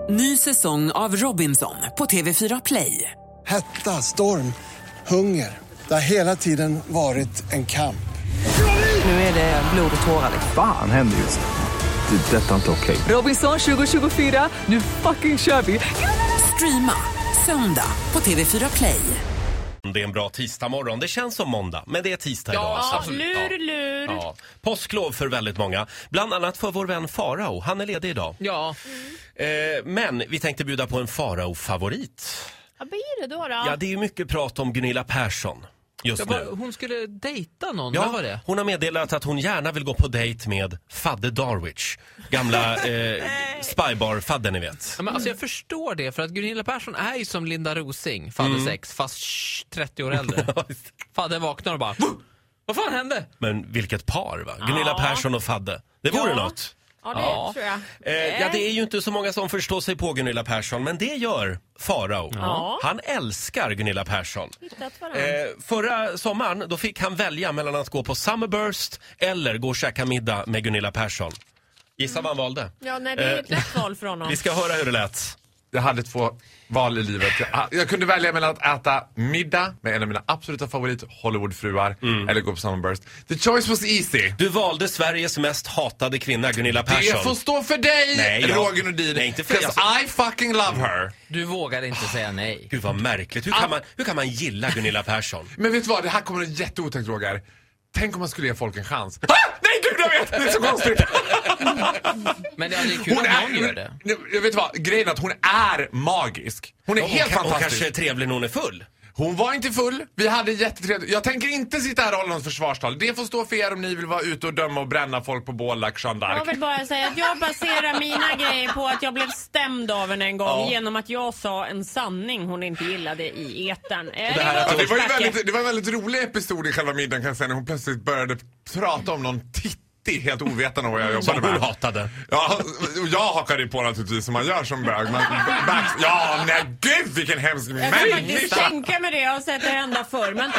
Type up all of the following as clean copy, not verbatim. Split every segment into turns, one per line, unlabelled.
Ny säsong av Robinson på TV4 Play.
Hetta, storm, hunger. Det har hela tiden varit en kamp.
Nu är det blod och tårar.
Fan händer just nu. Det. Detta är inte okej.
Robinson 2024, nu fucking kör vi. Streama söndag på TV4 Play.
Det är en bra tisdagmorgon. Det känns som måndag, men det är tisdag idag.
Ja, lur.
Ja. Påsklov för väldigt många. Bland annat för vår vän Farao. Han är ledig idag.
Ja.
Men vi tänkte bjuda på en Farao-favorit.
Vad blir det då?
Ja, det är ju mycket prat om Gunilla Persson just nu.
Hon skulle dejta någon,
Ja,
vad var det?
hon har meddelat att hon gärna vill gå på dejt med Fadde Darwich. Gamla spybar-Fadde, ni vet.
Ja, men alltså jag förstår det, för att Gunilla Persson är ju som Linda Rosing, Fadde 6, fast 30 år äldre. Fadde vaknar och bara, vad fan hände?
Men vilket par, va? Gunilla Persson och Fadde. Det vore något.
Ja, det tror jag.
Ja, det är ju inte så många som förstår sig på Gunilla Persson, men det gör Farao.
Ja.
Han älskar Gunilla Persson.
Hittat varandra.
Förra sommaren då fick han välja mellan att gå på Summerburst eller gå och käka middag med Gunilla Persson. Gissa vad han valde.
Ja, nej, det är ett lätt val för honom.
Vi ska höra hur det lät.
Jag hade 2 val i livet. Jag kunde välja mellan att äta middag med en av mina absoluta favorit Hollywoodfruar eller gå på Summerburst. The choice was easy.
Du valde Sveriges mest hatade kvinna, Gunilla Persson.
Det får stå för dig,
Nej,
Roger Nordin.
Nej, inte för
'cause I fucking love her.
Du vågade inte säga nej.
Gud vad märkligt. Hur kan man gilla Gunilla Persson?
Men vet du vad, det här kommer en jätteotäckt, Roger. Tänk om man skulle ge folk en chans. Nej, gud, jag vet! Det är så konstigt.
Men det är kul att någon gör det.
Jag vet vad, grejen är att hon är magisk. Hon är helt fantastisk.
Hon kanske är trevlig när hon är full.
Hon var inte full, vi hade jättetrevligt. Jag tänker inte sitta här och hålla något försvarstal. Det får stå för er om ni vill vara ute och döma och bränna folk på bålack, Jeanne d'Arc.
Jag vill bara säga att jag baserar mina grejer på att jag blev stämd av henne en gång genom att jag sa en sanning hon inte gillade i etern.
Det var en väldigt rolig episod i själva middagen, kan jag säga, när hon plötsligt började prata om någon helt ovetande om vad jag jobbade med.
Hon hatade.
Ja, jag hakade på naturligtvis som man gör som bög. Ja, nej gud vilken hemsk
människa. Jag kan faktiskt tänka mig det, jag har sett det hända förr. Men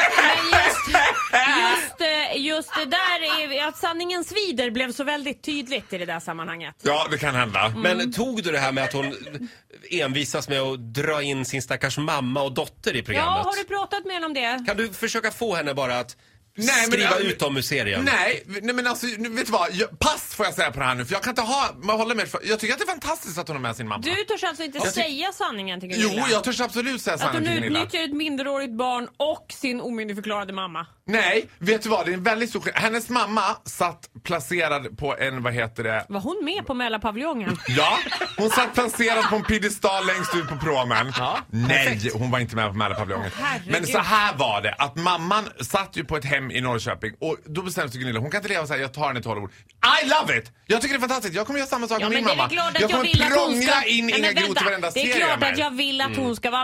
just det där är att sanningen svider blev så väldigt tydligt i det där sammanhanget.
Ja, det kan hända.
Men tog du det här med att hon envisas med att dra in sin stackars mamma och dotter i programmet?
Ja, har du pratat med henne om det?
Kan du försöka få henne bara att skriva ut om serien?
Nej, men alltså, vet du vad? Pass får jag säga på det här nu, för jag kan inte hålla med. Jag tycker att det är fantastiskt att hon är med sin mamma.
Du törs alltså inte säga sanningen till Gunilla?
Jo, jag törs absolut säga sanningen till Gunilla.
Att hon utnyttjar ett minderårigt barn och sin omyndigförklarade mamma.
Nej, vet du vad? Det är en väldigt stor skillnad. Hennes mamma satt placerad på en,
Var hon med på Mälarpaviljongen?
Ja, hon satt placerad på en piedestal längst ut på promen.
Ja,
nej, hon var inte med på Mälarpaviljongen. Men så här var det, att mamman satt ju på ett hem i Norrköping och då bestämde sig Gunilla, hon kan inte leva så här, jag tar henne till Hollywood. I love it! Jag tycker det är fantastiskt, jag kommer göra samma sak med min mamma. Jag kommer prångla in Inga Groth i varenda serie.
Det är klart att jag vill att hon ska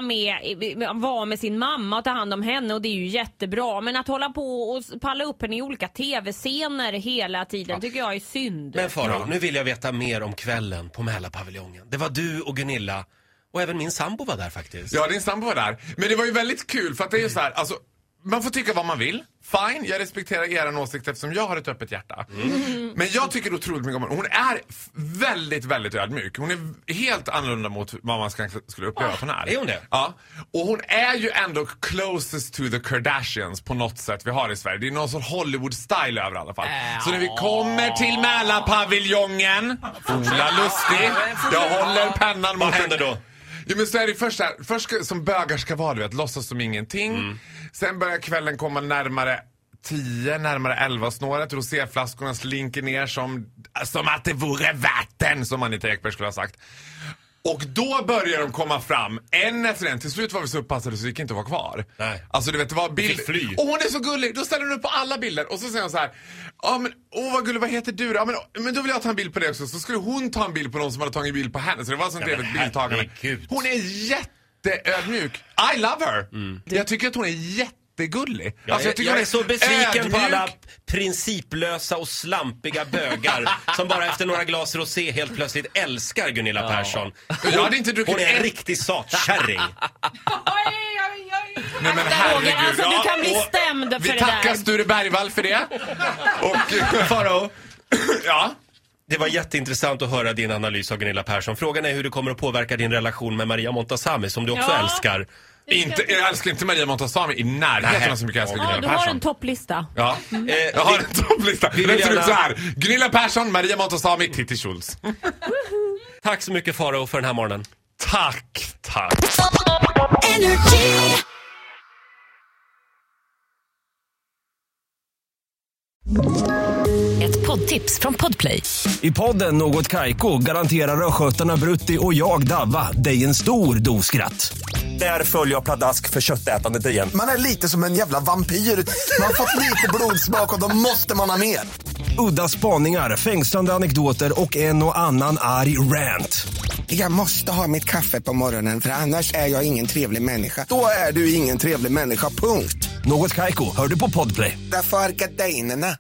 vara med sin mamma och ta hand om henne, och det är ju jättebra. Men att hålla på och palla upp henne i olika tv-scener hela tiden tycker jag är synd.
Men Farao, nu vill jag veta mer om kvällen på Mälarpaviljongen. Det var du och Gunilla, och även min sambo var där faktiskt.
Ja, din sambo var där. Men det var ju väldigt kul, för att det är ju så här, alltså, man får tycka vad man vill. Fine, jag respekterar er åsikt eftersom jag har ett öppet hjärta. Men jag tycker otroligt mycket om henne. Hon är väldigt, väldigt ödmjuk. Hon är helt annorlunda mot vad man skulle uppleva att hon är.
Är hon det?
Ja. Och hon är ju ändå closest to the Kardashians på något sätt vi har i Sverige. Det är någon sorts Hollywood-style över i alla fall. Så när vi kommer till Mälarpaviljongen, Ola Lustig, jag håller pennan mot...
Vad händer då?
Jo, men så är det först som bögar ska vara, du vet, låtsas som ingenting. Sen börjar kvällen komma närmare 10, närmare 11 snåret. Roséflaskorna slinker ner som att det vore vatten, som Anita Ekberg skulle ha sagt. Och då börjar de komma fram en efter en. Till slut var vi så upppassade så vi gick inte vara kvar.
Nej.
Alltså du vet, det var bild. Och hon är så gullig. Då ställer hon upp på alla bilder. Och så säger hon så här: ja men, vad gullig, vad heter du då? Ja, men då vill jag ta en bild på det också. Så skulle hon ta en bild på någon som hade tagit en bild på henne. Så det var sånt trevligt bildtagande. Hon är jätteödmjuk. I love her. Jag tycker att hon är jättegullig. Alltså,
jag är så besviken på alla principlösa och slampiga bögar som bara efter några glas rosé helt plötsligt älskar Gunilla Persson. Hon är en riktig satkärring.
Nej, men herregud.
Alltså, du kan bli stämd för det där.
Vi tackar Sture Bergvall för det. Och
Farao.
Ja.
Det var jätteintressant att höra din analys av Gunilla Persson. Frågan är hur det kommer att påverka din relation med Maria Montazami som du också älskar.
Jag älskar inte Maria Montazami i närheten av så mycket jag älskar Gunilla Persson.
Du har en topplista.
Ja, jag har en topplista. Det ser ut så här. Gunilla Persson, Maria Montazami, Titti Schultz.
Tack så mycket Farao för den här morgonen.
Tack.
Ett poddtips från Podplay.
I podden Något Kaiko garanterar skötarna Brutti och jag Davva dig en stor doskratt. Där följer jag pladask för köttätandet igen.
Man är lite som en jävla vampyr. Man har fått lite blodsmak och då måste man ha mer.
Udda spaningar, fängslande anekdoter och en och annan arg rant.
Jag måste ha mitt kaffe på morgonen för annars är jag ingen trevlig människa. Då är du ingen trevlig människa, punkt.
Något Kaiko, hör du på Podplay.
Därför är gardinerna.